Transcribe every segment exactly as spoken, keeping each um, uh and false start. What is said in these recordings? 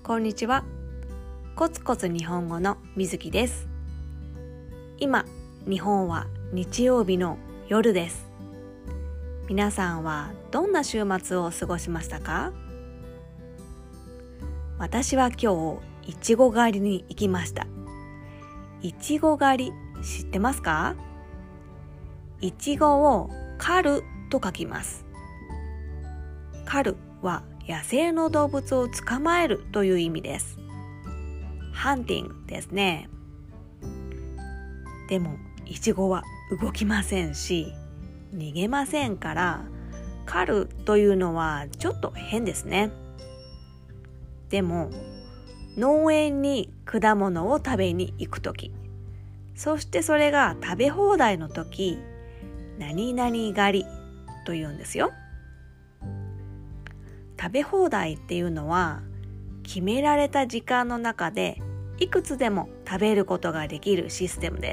こんにちは。コツコツ日本語のみずきです。今、日本は日曜日の夜です。皆さんはどんな週末を過ごしましたか？私は今日いちご狩りに行きました。いちご狩り知ってますか？いちごを狩ると書きます。狩るは野生の動物を捕まえるという意味です。ハンティングですね。でもイチゴは動きませんし逃げませんから、狩るというのはちょっと変ですね。でも農園に果物を食べに行くとき、そしてそれが食べ放題のとき、何々狩りというんですよ。食べ放題っていうのは決められた時間の中でいくつでも食べることができるシステムです。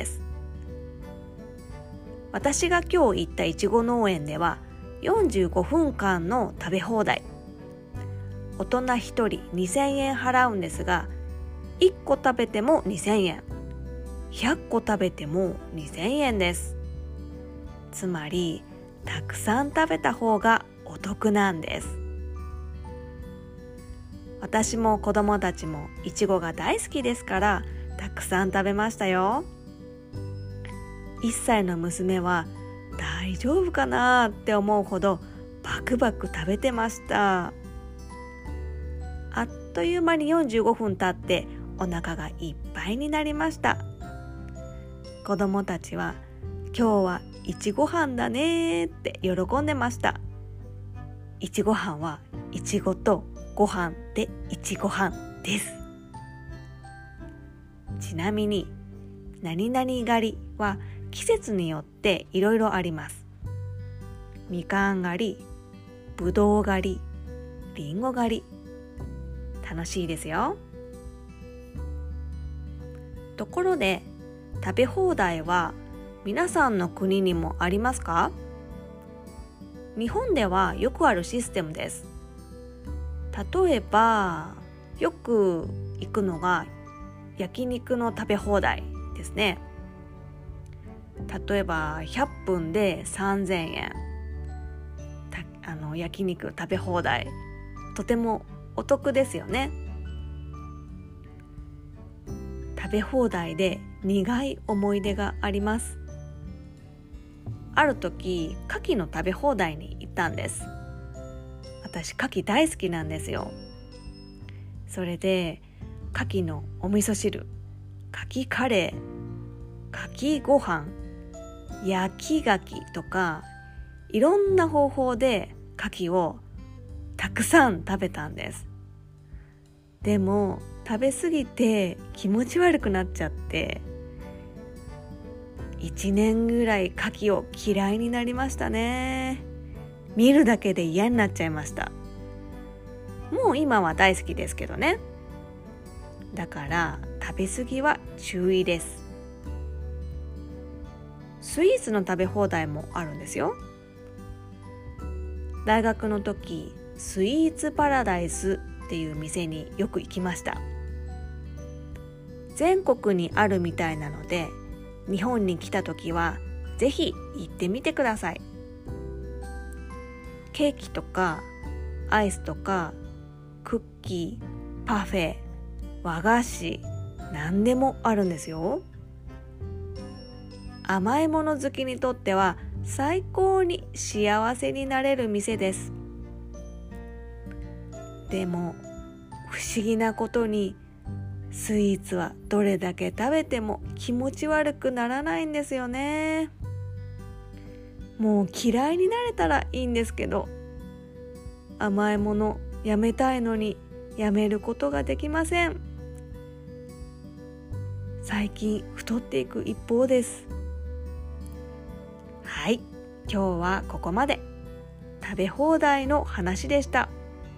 私が今日行ったいちご農園ではよんじゅうごふんかんの食べ放題。大人ひとりにせんえん払うんですが、いっこ食べてもにせんえん、ひゃっこ食べてもにせんえんです。つまりたくさん食べた方がお得なんです。私も子供たちもいちごが大好きですから、たくさん食べましたよ。いっさいの娘は大丈夫かなって思うほどバクバク食べてました。あっという間によんじゅうごふん経ってお腹がいっぱいになりました。子供たちは今日はいちご飯だねって喜んでました。いちご飯はいちごとご飯でいちご飯です。ちなみに何々狩りは季節によっていろいろあります。みかん狩り、ぶどう狩り、りんご狩り、楽しいですよ。ところで食べ放題は皆さんの国にもありますか？日本ではよくあるシステムです。例えばよく行くのが焼肉の食べ放題ですね。例えばひゃっぷんでさんぜんえん、たあの焼肉食べ放題、とてもお得ですよね。食べ放題で苦い思い出があります。ある時牡蠣の食べ放題に行ったんです。私牡蠣大好きなんですよ。それで牡蠣のお味噌汁、牡蠣カレー、牡蠣ご飯、焼き牡蠣とか、いろんな方法で牡蠣をたくさん食べたんです。でも食べ過ぎて気持ち悪くなっちゃって、いちねんぐらい牡蠣を嫌いになりましたね。見るだけで嫌になっちゃいました。もう今は大好きですけどね。だから食べ過ぎは注意です。スイーツの食べ放題もあるんですよ。大学の時、スイーツパラダイスっていう店によく行きました。全国にあるみたいなので、日本に来た時はぜひ行ってみてください。ケーキとかアイスとかクッキー、パフェ、和菓子、何でもあるんですよ。甘いもの好きにとっては最高に幸せになれる店です。でも不思議なことにスイーツはどれだけ食べても気持ち悪くならないんですよね。もう嫌いになれたらいいんですけど、甘いものやめたいのにやめることができません。最近太っていく一方です。はい、今日はここまで。食べ放題の話でした。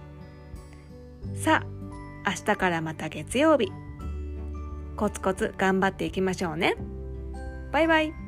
さあ、明日からまた月曜日。コツコツ頑張っていきましょうね。バイバイ。